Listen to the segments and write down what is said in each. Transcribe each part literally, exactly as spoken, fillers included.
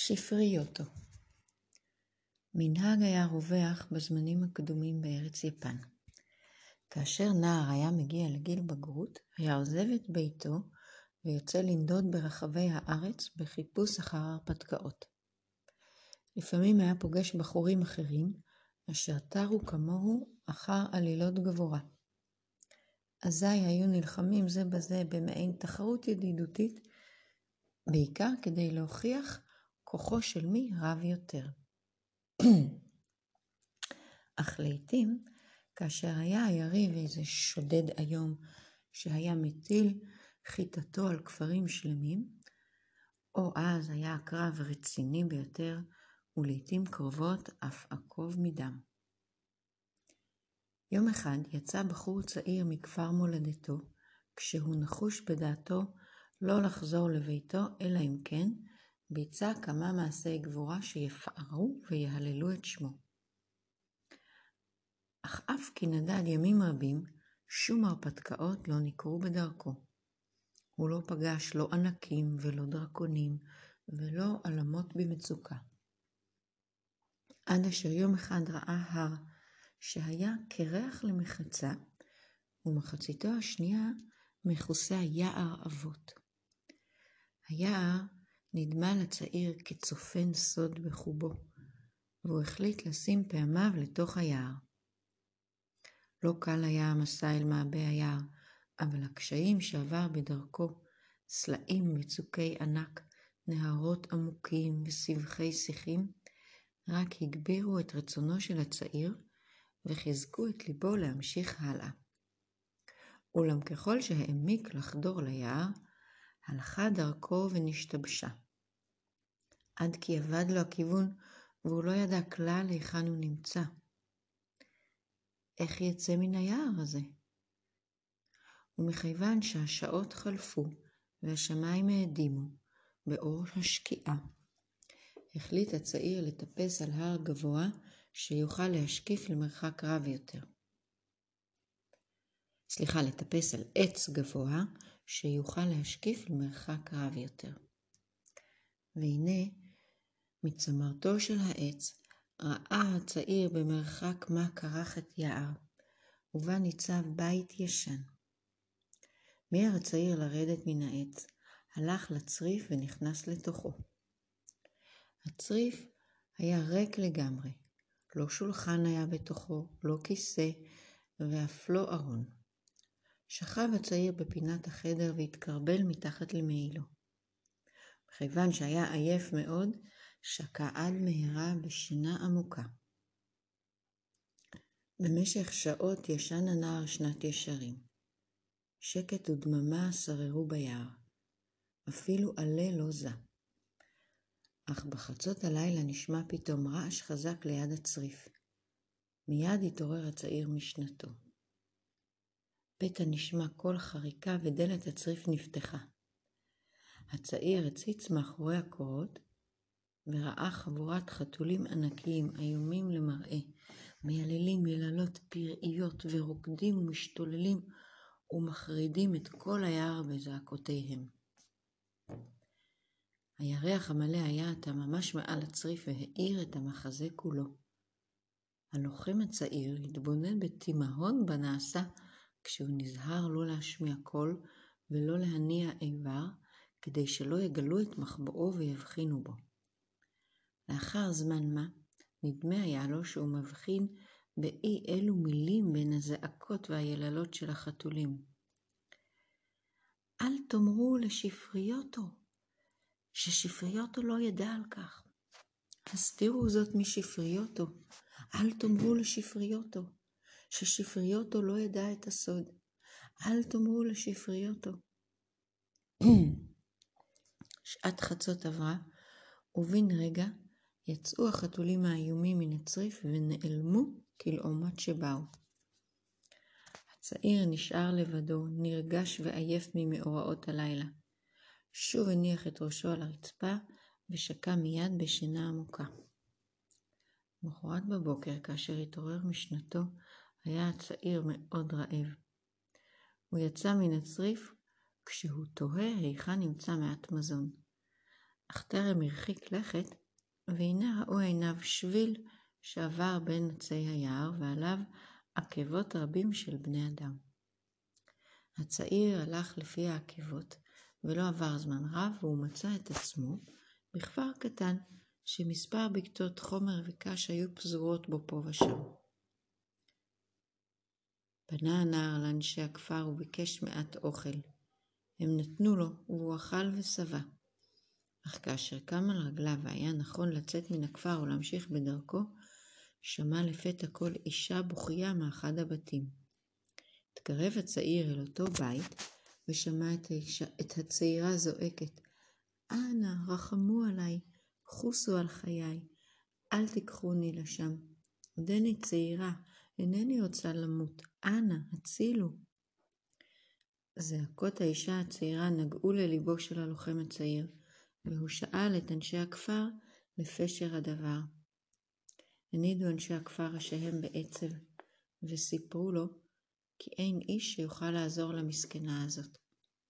שפריוטו. מנהג היה רווח בזמנים הקדומים בארץ יפן. כאשר נער היה מגיע לגיל בגרות, היה עוזב את ביתו ויוצא לנדוד ברחבי הארץ בחיפוש אחר הרפתקאות. לפעמים היה פוגש בחורים אחרים, אשר תרו כמוהו אחר עלילות גבורה. אזי היו נלחמים זה בזה במעין תחרות ידידותית, בעיקר כדי להוכיח כוחו של מי רב יותר. אך לעתים, כאשר היה היריב איזה שודד היום שהיה מטיל חיטתו על כפרים שלמים, או אז היה הקרב רציני ביותר, ולעתים קרובות אף עקוב מדם. יום אחד יצא בחור צעיר מכפר מולדתו, כשהוא נחוש בדעתו לא לחזור לביתו, אלא אם כן ביצע כמה מעשי גבורה שיפארו ויהללו את שמו. אך אף כי נדד ימים רבים, שום הרפתקאות לא ניכרו בדרכו. הוא לא פגש לא ענקים ולא דרקונים ולא עלמות במצוקה. עד אשר יום אחד ראה הר שהיה קרח למחצה, ומחציתו השנייה מכוסה יער אבות. היער נדמה לצעיר כצופן סוד בחובו, והוא החליט לשים פעמיו לתוך היער. לא קל היה המסע אל מעבה היער, אבל הקשיים שעבר בדרכו, סלעים מצוקי ענק, נהרות עמוקים וסבכי שיחים, רק הגבירו את רצונו של הצעיר וחיזקו את ליבו להמשיך הלאה. אולם ככל שהעמיק לחדור ליער, הלכה דרכו ונשתבשה. עד כי אבד לו הכיוון והוא לא ידע כלל היכן הוא נמצא. איך יצא מן היער הזה? ומכיוון שהשעות חלפו והשמיים העדימו באור השקיעה, החליט הצעיר לטפס על הר גבוה שיוכל להשקיף למרחק רב יותר. סליחה, לטפס על עץ גבוה שיוכל להשקיף למרחק רב יותר. והנה, מצמרתו של העץ, ראה הצעיר במרחק מה קרחת יער, ובה ניצב בית ישן. מיהר הצעיר לרדת מן העץ, הלך לצריף ונכנס לתוכו. הצריף היה ריק לגמרי, לא שולחן היה בתוכו, לא כיסא ואף לא ארון. שכב הצעיר בפינת החדר והתקרבל מתחת למעילו. מכיוון שהיה עייף מאוד, שקע עד מהרה בשינה עמוקה. במשך שעות ישן הנער שנת ישרים. שקט ודממה שררו ביער. אפילו עלה לא זה. אך בחצות הלילה נשמע פתאום רעש חזק ליד הצריף. מיד התעורר הצעיר משנתו. פתע נשמע קול חריקה ודלת הצריף נפתחה. הצעיר הציץ מאחורי הקורות וראה חבורת חתולים ענקיים איומים למראה, מייללים יללות פראיות ורוקדים ומשתוללים ומחרידים את כל היער בזעקותיהם. הירח המלא היה עתה ממש מעל הצריף והאיר את המחזה כולו. הלוחם הצעיר התבונן בתימהון בנעשה כשהוא נזהר לא להשמיע קול ולא להניע איבר כדי שלא יגלו את מחבואו ויבחינו בו. לאחר זמן מה נדמה היה לו שהוא מבחין באי אלו מילים בין הזעקות והיללות של החתולים. אל תאמרו לשפריוטו, ששפריוטו לא ידע על כך. הסתירו זאת משפריוטו, אל תאמרו לשפריוטו, ששפריוטו לא ידע את הסוד. אל תאמרו לשפריוטו. שעת חצות עברה, ובין רגע יצאו החתולים האיומים מן הצריף ונעלמו כלעומת שבאו. הצעיר נשאר לבדו, נרגש ועייף ממאורעות הלילה. שוב הניח את ראשו על הרצפה ושקע מיד בשינה עמוקה. מחרת בבוקר, כאשר התעורר משנתו, היה הצעיר מאוד רעב. הוא יצא מן הצריף כשהוא תוהה היכן נמצא מעט מזון. אך טרם הרחיק לכת, והנה ראו עיניו שביל שעבר בין עצי היער, ועליו עקבות רבים של בני אדם. הצעיר הלך לפי העקבות, ולא עבר זמן רב, והוא מצא את עצמו בכפר קטן, שמספר בקתות חומר וקש היו פזורות בו פה ושם. פנה הנער לאנשי הכפר וביקש מעט אוכל. הם נתנו לו, והוא אכל ושבע. אך כאשר קם על רגליו והיה נכון לצאת מן הכפר ולהמשיך בדרכו, שמע לפתע קול אישה בוכייה מאחד הבתים. התקרב הצעיר אל אותו בית, ושמע את, האישה, את הצעירה זועקת, אנא, רחמו עליי, חוסו על חיי, אל תיקחוני לשם. עודני צעירה, אינני רוצה למות, אנא, הצילו. זעקות האישה הצעירה נגעו לליבו של הלוחם הצעיר, והוא שאל את אנשי הכפר לפשר הדבר. הנידו אנשי הכפר ראשיהם בעצב, וסיפרו לו כי אין איש שיוכל לעזור למסכנה הזאת.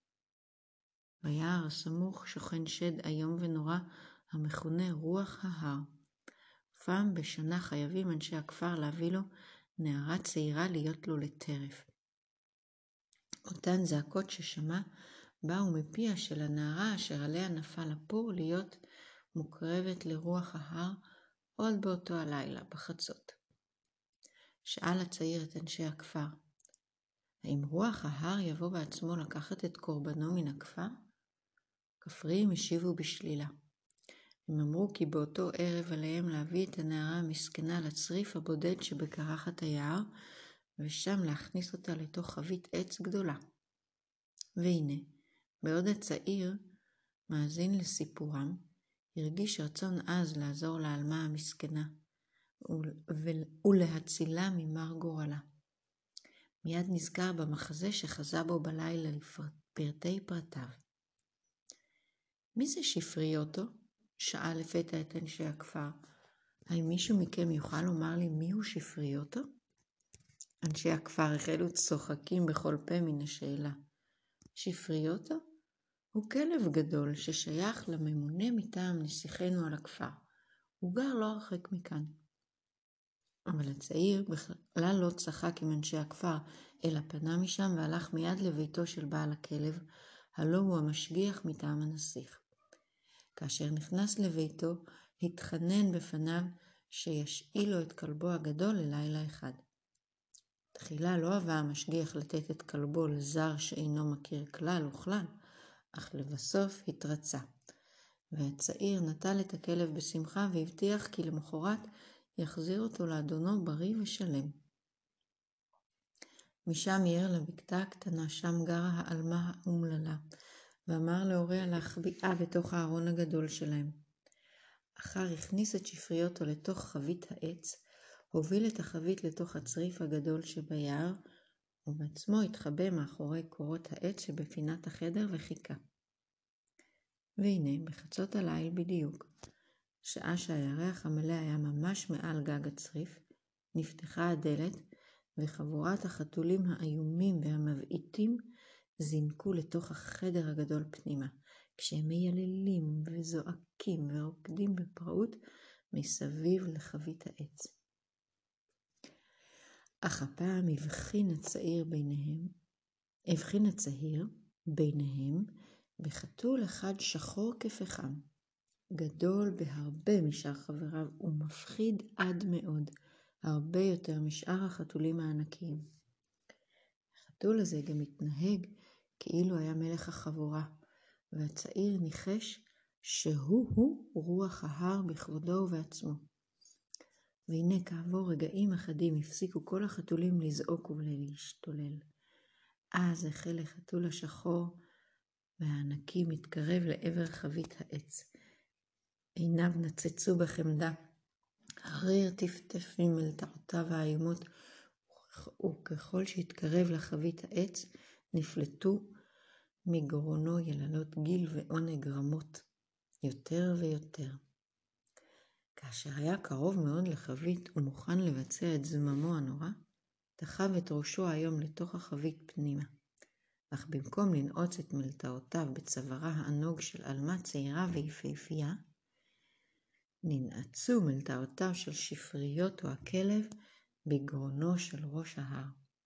ביער הסמוך שוכן שד איום ונורא המכונה רוח ההר. פעם בשנה חייבים אנשי הכפר להביא לו נערה צעירה להיות לו לטרף. אותן זעקות ששמע באו מפיה של הנערה אשר עליה נפל הפור להיות מוקרבת לרוח ההר עוד באותו הלילה בחצות. שאל הצעיר את אנשי הכפר, האם רוח ההר יבוא בעצמו לקחת את קורבנו מן הכפר? כפריים השיבו בשלילה. הם אמרו כי באותו ערב עליהם להביא את הנערה המסכנה לצריף הבודד שבקרחת היער, ושם להכניס אותה לתוך חבית עץ גדולה. והנה, בעוד הצעיר מאזין לסיפורם, הרגיש רצון עז לעזור לאלמה המסכנה, ולהצילה ממר גורלה. מיד נזכר במחזה שחזה בו בלילה לפרטי פרטיו. מי זה שפריוטו? שאל לפתע את אנשי הכפר. האם מישהו מכם יוכל לומר לי מיהו שפריוטו? אנשי הכפר החלו צוחקים בכל פה מן השאלה. שפריוטו? הוא כלב גדול ששייך לממונה מטעם נסיכנו על הכפר. הוא גר לא הרחק מכאן. אבל הצעיר בכלל לא צחק עם אנשי הכפר, אלא פנה משם והלך מיד לביתו של בעל הכלב, הלא הוא המשגיח מטעם הנסיך. כאשר נכנס לביתו, התחנן בפניו שישאיל לו את כלבו הגדול ללילה אחד. תחילה לא אהבה המשגיח לתת את כלבו לזר שאינו מכיר כלל וכלל, אך לבסוף התרצה. והצעיר נטל את הכלב בשמחה והבטיח כי למחרת יחזיר אותו לאדונו בריא ושלם. משם יער לבקתה הקטנה, שם גרה האלמה האומללה, ואמר להוריה להחביאה בתוך הארון הגדול שלהם. אחר הכניס את שפריוטו לתוך חבית העץ, הוביל את החבית לתוך הצריף הגדול שביער, ובעצמו התחבא מאחורי קורות העץ שבפינת החדר וחיכה. והנה, בחצות הליל בדיוק, שעה שהירח המלא היה ממש מעל גג הצריף, נפתחה הדלת, וחבורת החתולים האיומים והמבעיטים זינקו לתוך החדר הגדול פנימה, כשהם מייללים וזועקים ורוקדים בפראות מסביב לחבית העץ. אך הפעם הבחין הצעיר ביניהם, הבחין הצעיר ביניהם בחתול אחד שחור כפחם, גדול בהרבה משאר חבריו ומפחיד עד מאוד, הרבה יותר משאר החתולים הענקיים. החתול הזה גם התנהג כאילו היה מלך החבורה, והצעיר ניחש שהוא-הוא רוח ההר בכבודו ובעצמו. והנה כעבור רגעים אחדים הפסיקו כל החתולים לזעוק ולהשתולל. אז החל החתול השחור והענקי מתקרב לעבר חבית העץ. עיניו נצצו בחמדה, הריר טפטף ממלתעותיו האיומות, וככל שהתקרב לחבית העץ נפלטו מגרונו יללות גיל ועונג רמות, יותר ויותר. כאשר היה קרוב מאוד לחבית ומוכן לבצע את זממו הנורא, תחב את ראשו היום לתוך החבית פנימה. אך במקום לנעוץ את מלטעותיו בצווארה הענוג של עלמה צעירה ויפהפייה, ננעצו מלטעותיו של שפריוטו הכלב בגרונו של ראש ההר.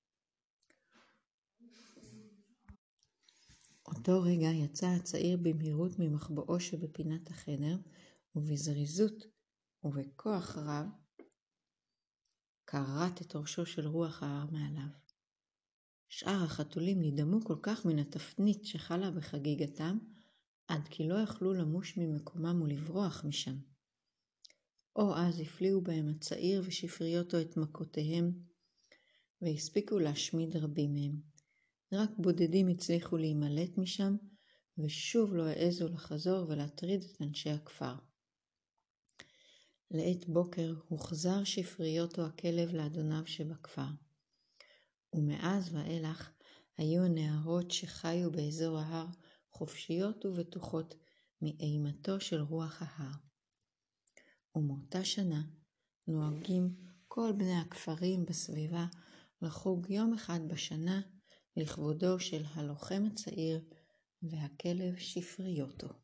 אותו רגע יצא הצעיר במהירות ממחבואו שבפינת החדר, ובזריזות ובכוח רב קרט את ראשו של רוח ההר מעליו. שאר החתולים נדמו כל כך מן התפנית שחלה בחגיגתם, עד כי לא יכלו למוש ממקומם ולברוח משם. או אז הפליאו בהם הצעיר ושפריותו את מכותיהם, והספיקו להשמיד רבים מהם. רק בודדים הצליחו להימלט משם, ושוב לא העזו לחזור ולהטריד את אנשי הכפר. לעת בוקר הוחזר שפריותו הכלב לאדוניו שבכפר. ומאז ואילך היו הנערות שחיו באזור ההר חופשיות ובטוחות מאימתו של רוח ההר. ומאותה שנה נוהגים כל בני הכפרים בסביבה לחוג יום אחד בשנה לכבודו של הלוחם הצעיר והכלב שפריותו.